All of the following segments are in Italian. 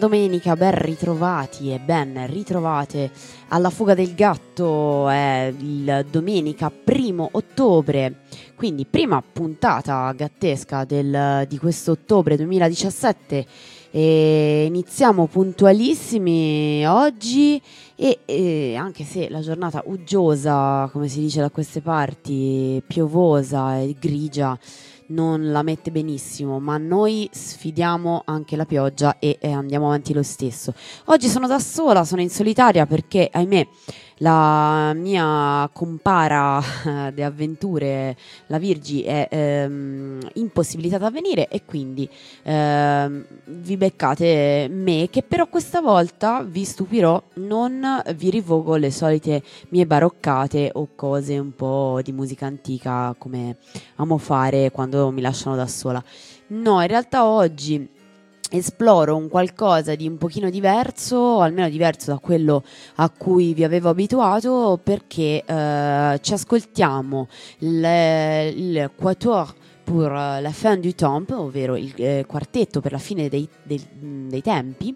domenica, ben ritrovati e ben ritrovate alla Fuga del Gatto. È il domenica 1° ottobre, quindi prima puntata gattesca di questo ottobre 2017 e iniziamo puntualissimi oggi e anche se la giornata uggiosa, come si dice da queste parti, piovosa e grigia, non la mette benissimo, ma noi sfidiamo anche la pioggia e andiamo avanti lo stesso. Oggi sono da sola, sono in solitaria perché, ahimè, la mia compara di avventure, la Virgi, è impossibilitata a venire e quindi vi beccate me, che però questa volta vi stupirò, non vi rivogo le solite mie baroccate o cose un po' di musica antica come amo fare quando mi lasciano da sola. No, in realtà oggi esploro un qualcosa di un pochino diverso, o almeno diverso da quello a cui vi avevo abituato, perché ci ascoltiamo il Quatuor pour la fin du temps, ovvero il quartetto per la fine dei tempi,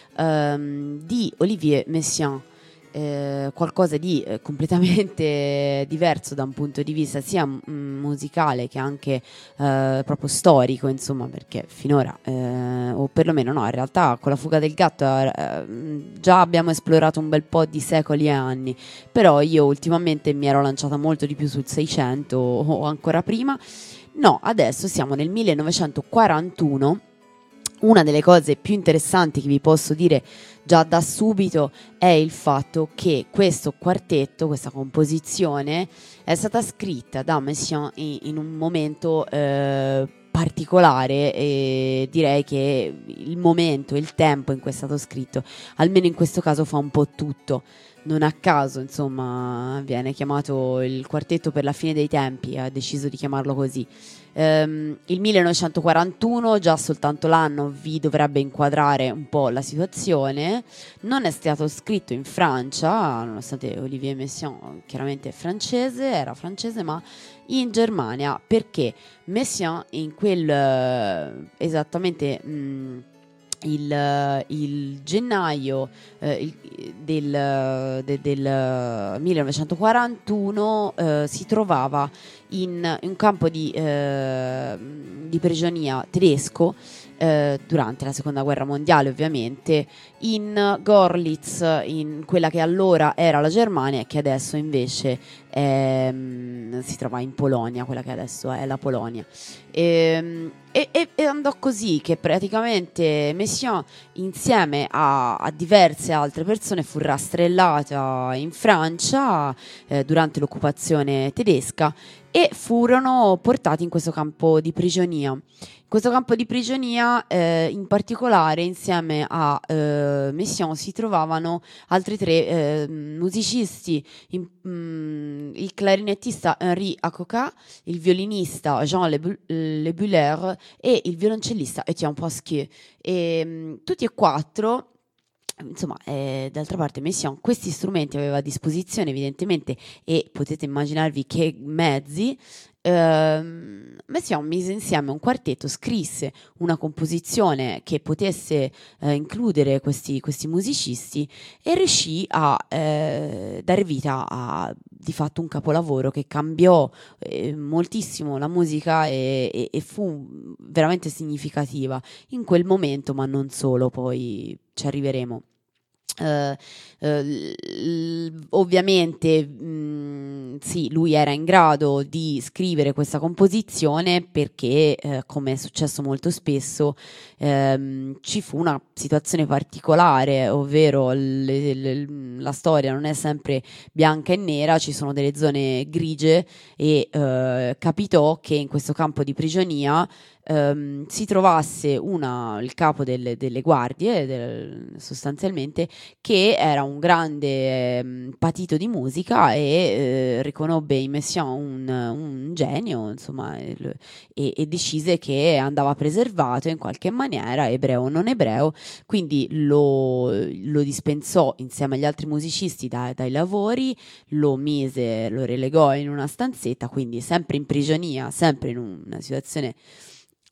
di Olivier Messiaen. Qualcosa di completamente diverso da un punto di vista sia musicale che anche proprio storico, insomma, perché finora o perlomeno no, in realtà con la Fuga del Gatto già abbiamo esplorato un bel po' di secoli e anni, però io ultimamente mi ero lanciata molto di più sul 600 o ancora prima. No, adesso siamo nel 1941. Una delle cose più interessanti che vi posso dire già da subito è il fatto che questo quartetto, questa composizione, è stata scritta da Messiaen in un momento particolare, e direi che il momento, il tempo in cui è stato scritto, almeno in questo caso, fa un po' tutto. Non a caso, insomma, viene chiamato il quartetto per la fine dei tempi, ha deciso di chiamarlo così. Il 1941, già soltanto l'anno vi dovrebbe inquadrare un po' la situazione. Non è stato scritto in Francia, nonostante Olivier Messiaen chiaramente era francese, ma in Germania, perché Messiaen in quel esattamente il gennaio del 1941 si trovava in un campo di prigionia tedesco durante la seconda guerra mondiale, ovviamente, in Gorlitz, in quella che allora era la Germania e che adesso invece si trova in Polonia, quella che adesso è la Polonia. E andò così che praticamente Messiaen, insieme a diverse altre persone, fu rastrellata in Francia durante l'occupazione tedesca e furono portati in questo campo di prigionia. In questo campo di prigionia, in particolare, insieme a Messiaen si trovavano altri tre musicisti, il clarinettista Henri Acoca, il violinista Jean Le Buller e il violoncellista Etienne Pasquier. E tutti e quattro, insomma, d'altra parte Messiaen questi strumenti aveva a disposizione evidentemente, e potete immaginarvi che mezzi. Messiaen mise insieme un quartetto, scrisse una composizione che potesse includere questi musicisti e riuscì a dare vita a di fatto un capolavoro che cambiò moltissimo la musica e fu veramente significativa in quel momento, ma non solo, poi ci arriveremo. Ovviamente sì, lui era in grado di scrivere questa composizione perché come è successo molto spesso ci fu una situazione particolare, ovvero la storia non è sempre bianca e nera, ci sono delle zone grigie e capitò che in questo campo di prigionia si trovasse il capo delle guardie, sostanzialmente, che era un grande patito di musica e riconobbe in Messiaen un genio, insomma, e decise che andava preservato in qualche maniera, ebreo o non ebreo, quindi lo dispensò insieme agli altri musicisti dai lavori, lo relegò in una stanzetta, quindi sempre in prigionia, sempre in una situazione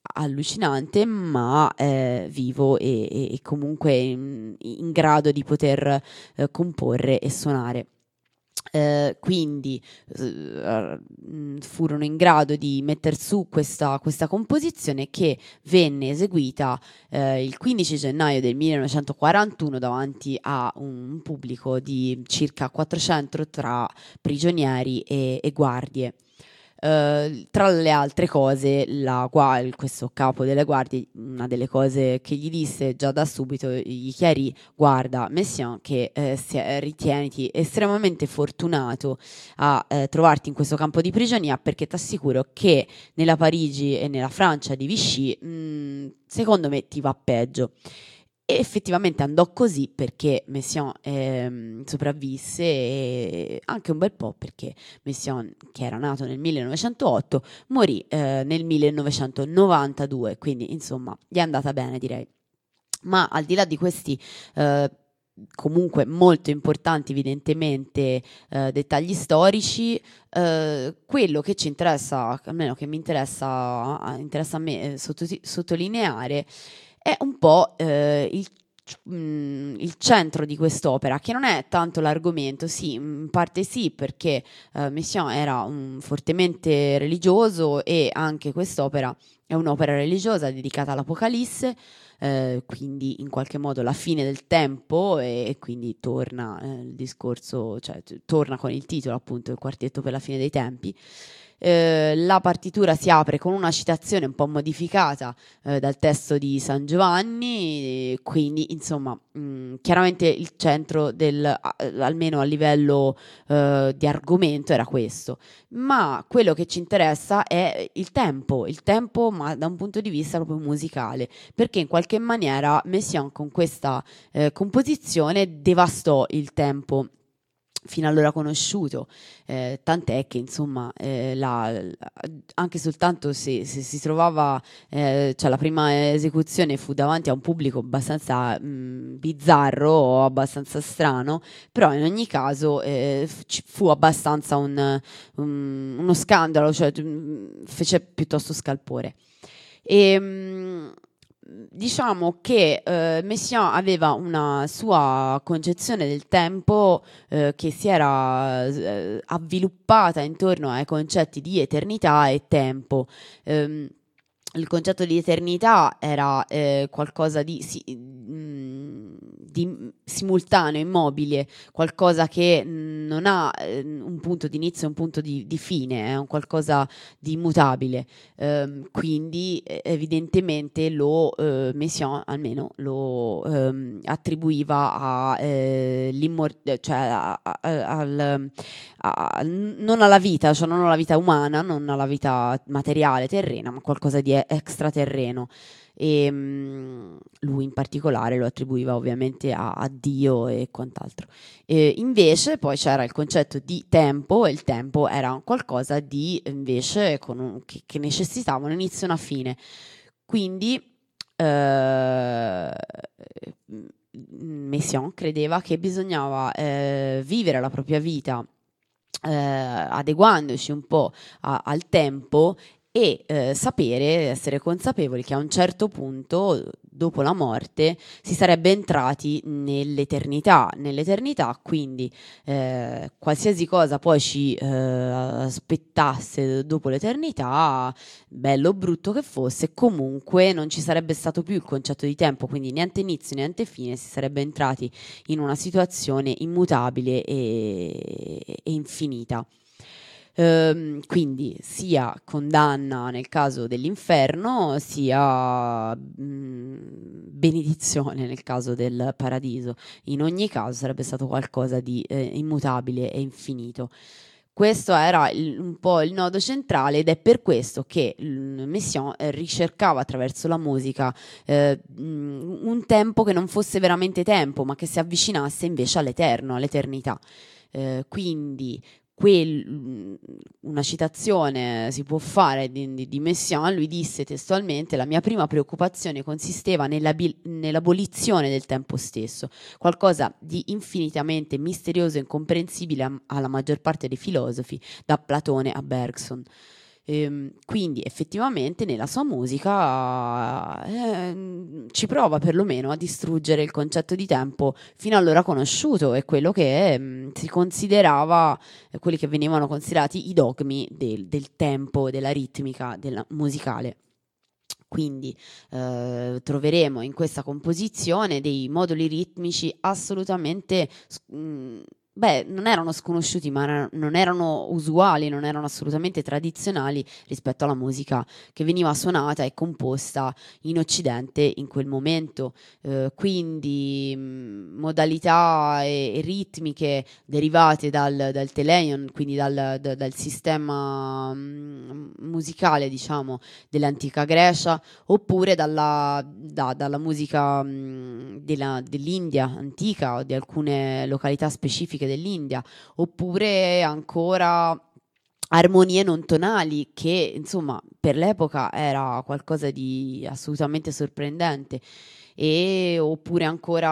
allucinante, ma vivo e comunque in grado di poter comporre e suonare. Quindi furono in grado di metter su questa composizione, che venne eseguita il 15 gennaio del 1941 davanti a un pubblico di circa 400 tra prigionieri e guardie. Tra le altre cose, questo capo delle guardie, una delle cose che gli disse già da subito, gli chiarì: guarda, Messiaen, che ritieniti estremamente fortunato a trovarti in questo campo di prigionia, perché ti assicuro che nella Parigi e nella Francia di Vichy, secondo me ti va peggio. E effettivamente andò così, perché Messiaen sopravvisse, e anche un bel po' perché Messiaen, che era nato nel 1908, morì nel 1992, quindi insomma gli è andata bene, direi. Ma al di là di questi comunque molto importanti, evidentemente, dettagli storici, quello che ci interessa, almeno che mi interessa a me sottolineare, è un po' il centro di quest'opera, che non è tanto l'argomento. Sì, in parte sì, perché Messiaen era fortemente religioso, e anche quest'opera è un'opera religiosa dedicata all'Apocalisse, quindi in qualche modo la fine del tempo, e quindi torna il discorso, cioè torna con il titolo, appunto, il quartetto per la fine dei tempi. La partitura si apre con una citazione un po' modificata dal testo di San Giovanni, quindi insomma chiaramente il centro almeno a livello di argomento, era questo. Ma quello che ci interessa è il tempo, ma da un punto di vista proprio musicale, perché in qualche maniera Messiaen con questa composizione devastò il tempo fino allora conosciuto, tant'è che insomma anche soltanto se si trovava, cioè la prima esecuzione fu davanti a un pubblico abbastanza bizzarro o abbastanza strano, però in ogni caso fu abbastanza uno scandalo, cioè fece piuttosto scalpore. E diciamo che Messiaen aveva una sua concezione del tempo che si era avviluppata intorno ai concetti di eternità e tempo. Il concetto di eternità era qualcosa di simultaneo, immobile, qualcosa che non ha un punto di inizio e un punto di fine, è un qualcosa di immutabile. Quindi evidentemente Messiaen almeno lo attribuiva cioè non alla vita, cioè non alla vita umana, non alla vita materiale, terrena, ma qualcosa di extraterreno. E lui in particolare lo attribuiva ovviamente a Dio e quant'altro. Invece poi c'era il concetto di tempo, e il tempo era qualcosa di invece che necessitava un inizio e una fine. Quindi Messiaen credeva che bisognava vivere la propria vita adeguandoci un po' al tempo, e sapere, essere consapevoli che a un certo punto, dopo la morte, si sarebbe entrati nell'eternità, quindi qualsiasi cosa poi ci aspettasse dopo l'eternità, bello o brutto che fosse, comunque non ci sarebbe stato più il concetto di tempo, quindi niente inizio, niente fine, si sarebbe entrati in una situazione immutabile e infinita. Quindi sia condanna nel caso dell'inferno, sia benedizione nel caso del paradiso. In ogni caso sarebbe stato qualcosa di immutabile e infinito. Questo era un po' il nodo centrale, ed è per questo che Messiaen ricercava attraverso la musica un tempo che non fosse veramente tempo, ma che si avvicinasse invece all'eterno, all'eternità. Quindi una citazione si può fare di Messiaen. Lui disse testualmente: la mia prima preoccupazione consisteva nell'abolizione del tempo stesso, qualcosa di infinitamente misterioso e incomprensibile alla maggior parte dei filosofi, da Platone a Bergson. Quindi effettivamente nella sua musica ci prova perlomeno a distruggere il concetto di tempo fino allora conosciuto e quello che si considerava, quelli che venivano considerati i dogmi del tempo, della ritmica, della musicale. Quindi troveremo in questa composizione dei moduli ritmici assolutamente, non erano sconosciuti, ma non erano usuali, non erano assolutamente tradizionali rispetto alla musica che veniva suonata e composta in Occidente in quel momento. Quindi modalità e ritmiche derivate dal Teleion, quindi dal sistema musicale, diciamo, dell'antica Grecia, oppure dalla musica dell'India antica o di alcune località specifiche dell'India, oppure ancora armonie non tonali che insomma per l'epoca era qualcosa di assolutamente sorprendente, e oppure ancora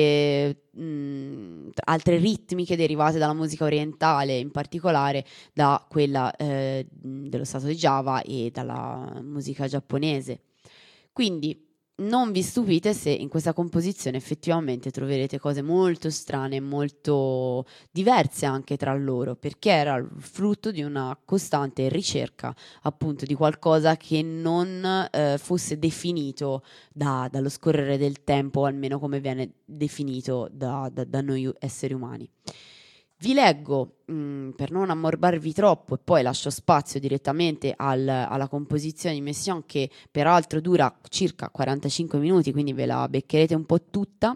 altre ritmiche derivate dalla musica orientale, in particolare da quella dello stato di Java e dalla musica giapponese. Quindi non vi stupite se in questa composizione effettivamente troverete cose molto strane, molto diverse anche tra loro, perché era il frutto di una costante ricerca appunto di qualcosa che non fosse definito dallo scorrere del tempo, almeno come viene definito da noi esseri umani. Vi leggo, per non ammorbarvi troppo, e poi lascio spazio direttamente alla composizione di Messiaen, che peraltro dura circa 45 minuti, quindi ve la beccherete un po' tutta.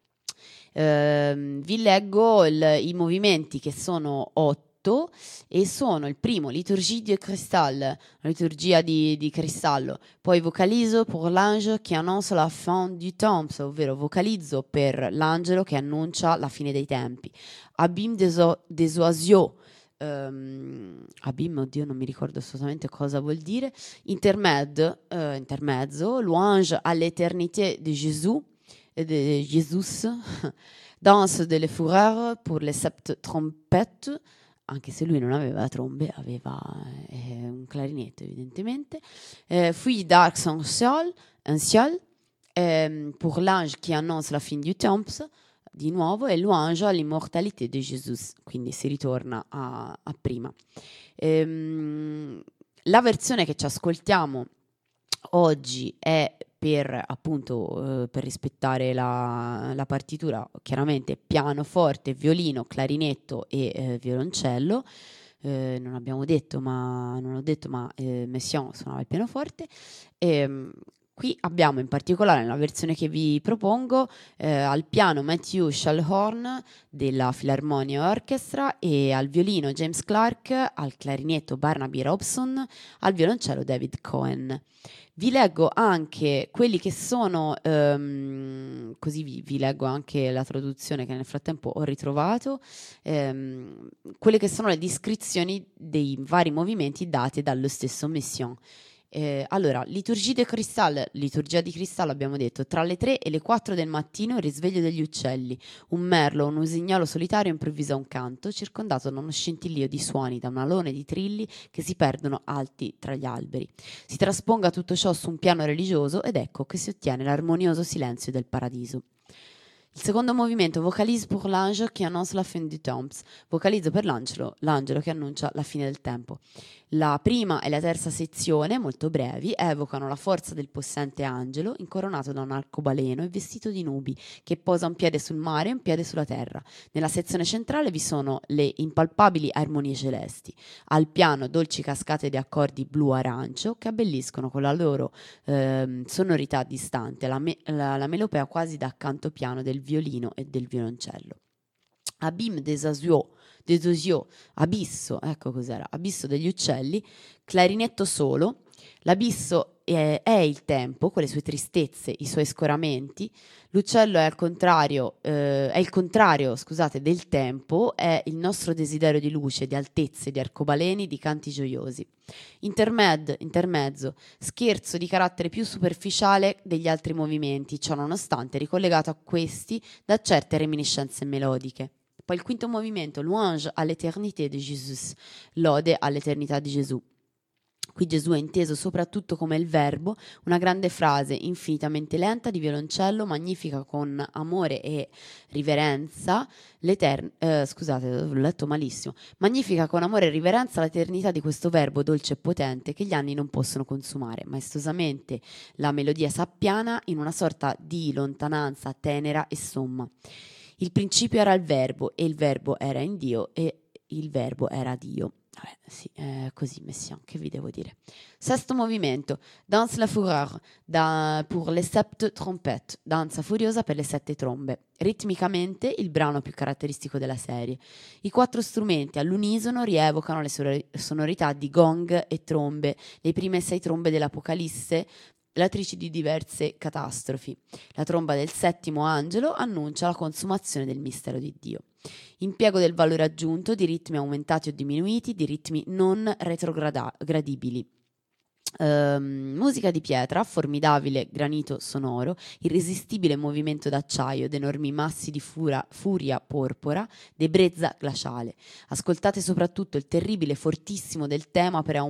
Vi leggo i movimenti, che sono 8, e sono il primo, Liturgie de Cristal, la liturgia di cristallo, poi vocalizzo pour l'ange qui annonce la fin du temps, ovvero vocalizzo per l'angelo che annuncia la fine dei tempi. Abîme des oiseaux, abîme, oddio non mi ricordo assolutamente cosa vuol dire. Intermezzo, louange à l'éternité de Jésus, de Jesus, danse delle fureurs pour les sept trompettes, anche se lui non aveva trombe, aveva un clarinetto evidentemente. Puis d'arcs en ciel, pour l'ange qui annonce la fin du temps, di nuovo, e louange all'immortalité de Jésus, quindi si ritorna a prima. La versione che ci ascoltiamo oggi è per rispettare la partitura, chiaramente pianoforte, violino, clarinetto e violoncello. Non ho detto, ma Messiaen suonava il pianoforte. Qui abbiamo in particolare, nella versione che vi propongo, al piano Matthew Schallhorn della Philharmonia Orchestra, e al violino James Clark, al clarinetto Barnaby Robson, al violoncello David Cohen. Vi leggo anche quelli che sono, così vi leggo anche la traduzione che nel frattempo ho ritrovato, quelle che sono le descrizioni dei vari movimenti date dallo stesso Messiaen. Allora, liturgia di cristallo, abbiamo detto, tra le 3 e le 4 del mattino il risveglio degli uccelli, un merlo o un usignolo solitario improvvisa un canto, circondato da uno scintillio di suoni, da un alone di trilli che si perdono alti tra gli alberi. Si trasponga tutto ciò su un piano religioso ed ecco che si ottiene l'armonioso silenzio del paradiso. Il secondo movimento, vocalise pour l'ange qui annonce la fin du temps, vocalizzo per l'angelo che annuncia la fine del tempo. La prima e la terza sezione, molto brevi, evocano la forza del possente angelo, incoronato da un arcobaleno e vestito di nubi, che posa un piede sul mare e un piede sulla terra. Nella sezione centrale vi sono le impalpabili armonie celesti. Al piano dolci cascate di accordi blu-arancio che abbelliscono con la loro sonorità distante la melopea quasi da accanto piano del violino e del violoncello. Abîme des oiseaux, abisso, ecco cos'era, abisso degli uccelli, clarinetto solo, l'abisso è il tempo, con le sue tristezze, i suoi scoramenti, l'uccello è il contrario, scusate, del tempo, è il nostro desiderio di luce, di altezze, di arcobaleni, di canti gioiosi. Intermezzo, scherzo di carattere più superficiale degli altri movimenti, ciò nonostante ricollegato a questi da certe reminiscenze melodiche. Poi il quinto movimento, louange à l'éternité de Jésus, lode all'eternità di Gesù. Qui Gesù è inteso soprattutto come il verbo, una grande frase infinitamente lenta di violoncello, magnifica con amore e riverenza, scusate, l'ho letto malissimo, magnifica con amore e riverenza l'eternità di questo verbo dolce e potente che gli anni non possono consumare. Maestosamente la melodia s'appiana in una sorta di lontananza tenera e somma. Il principio era il verbo e il verbo era in Dio e il verbo era Dio. Sì, così Messiaen, che vi devo dire. Sesto movimento, Danse la fureur, pour les sept trompettes, danza furiosa per le 7 trombe. Ritmicamente il brano più caratteristico della serie. I 4 strumenti all'unisono rievocano le sonorità di gong e trombe, le prime 6 trombe dell'Apocalisse, latrici di diverse catastrofi. La tromba del 7° angelo annuncia la consumazione del mistero di Dio. Impiego del valore aggiunto di ritmi aumentati o diminuiti, di ritmi non retrogradibili. Musica di pietra, formidabile granito sonoro, irresistibile movimento d'acciaio, d'enormi massi di furia porpora, d'ebbrezza glaciale. Ascoltate soprattutto il terribile fortissimo del tema per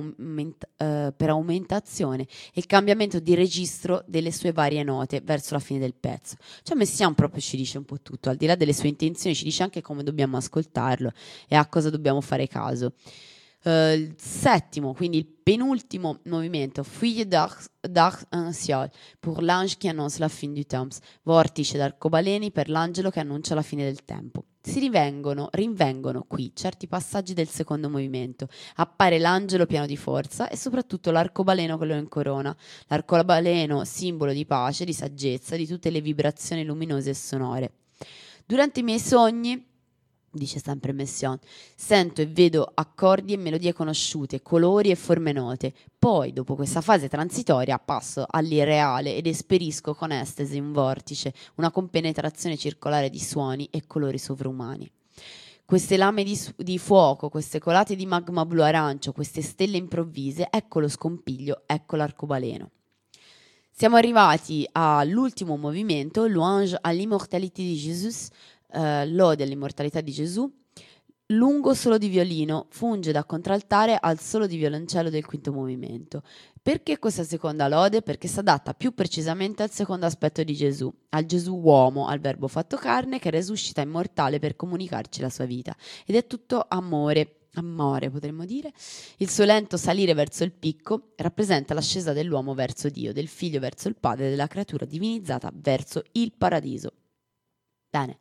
aumentazione e il cambiamento di registro delle sue varie note verso la fine del pezzo. Cioè Messiaen proprio ci dice un po' tutto, al di là delle sue intenzioni ci dice anche come dobbiamo ascoltarlo e a cosa dobbiamo fare caso. Il 7°, quindi il penultimo movimento, Feuille d'arc en ciel, pour l'ange qui annonce la fin du temps, vortice d'arcobaleni per l'angelo che annuncia la fine del tempo. Si rinvengono qui certi passaggi del secondo movimento. Appare l'angelo pieno di forza e soprattutto l'arcobaleno che lo incorona. L'arcobaleno, simbolo di pace, di saggezza, di tutte le vibrazioni luminose e sonore. Durante i miei sogni, dice sempre Messiaen, sento e vedo accordi e melodie conosciute, colori e forme note. Poi, dopo questa fase transitoria, passo all'irreale ed esperisco con estasi un vortice, una compenetrazione circolare di suoni e colori sovrumani. Queste lame di fuoco, queste colate di magma blu-arancio, queste stelle improvvise, ecco lo scompiglio, ecco l'arcobaleno. Siamo arrivati all'ultimo movimento, Louange à l'immortalité di Jésus, lode all'immortalità di Gesù, lungo solo di violino, funge da contraltare al solo di violoncello del 5° movimento. Perché questa seconda lode? Perché si adatta più precisamente al secondo aspetto di Gesù, al Gesù uomo, al verbo fatto carne che resuscita immortale per comunicarci la sua vita. Ed è tutto amore potremmo dire. Il suo lento salire verso il picco rappresenta l'ascesa dell'uomo verso Dio, del figlio verso il padre, della creatura divinizzata verso il paradiso. Bene.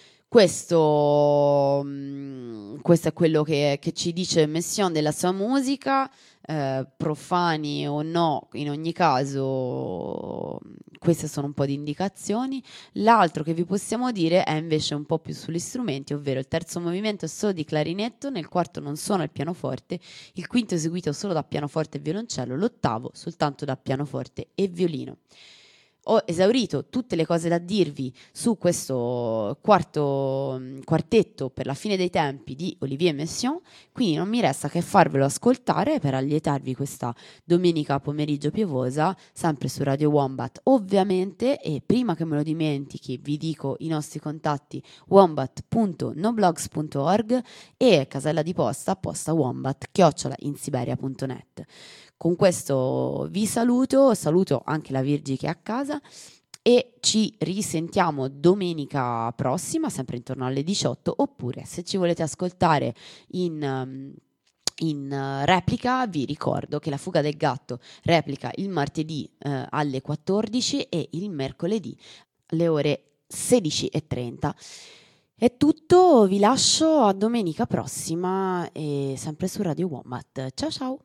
Questo è quello che ci dice Messiaen della sua musica, profani o no, in ogni caso queste sono un po' di indicazioni. L'altro che vi possiamo dire è invece un po' più sugli strumenti, ovvero il 3° movimento è solo di clarinetto, nel 4° non suona il pianoforte, il 5° eseguito solo da pianoforte e violoncello, l'8° soltanto da pianoforte e violino. Ho esaurito tutte le cose da dirvi su questo quartetto per la fine dei tempi di Olivier Messiaen, quindi non mi resta che farvelo ascoltare per allietarvi questa domenica pomeriggio piovosa, sempre su Radio Wombat ovviamente, e prima che me lo dimentichi vi dico i nostri contatti: wombat.noblogs.org e casella di posta wombat@insiberia.net. Con questo vi saluto anche la Virgi che è a casa e ci risentiamo domenica prossima, sempre intorno alle 18, oppure se ci volete ascoltare in replica vi ricordo che la Fuga del Gatto replica il martedì alle 14 e il mercoledì alle ore 16:30. È tutto, vi lascio a domenica prossima e sempre su Radio Wombat. Ciao ciao!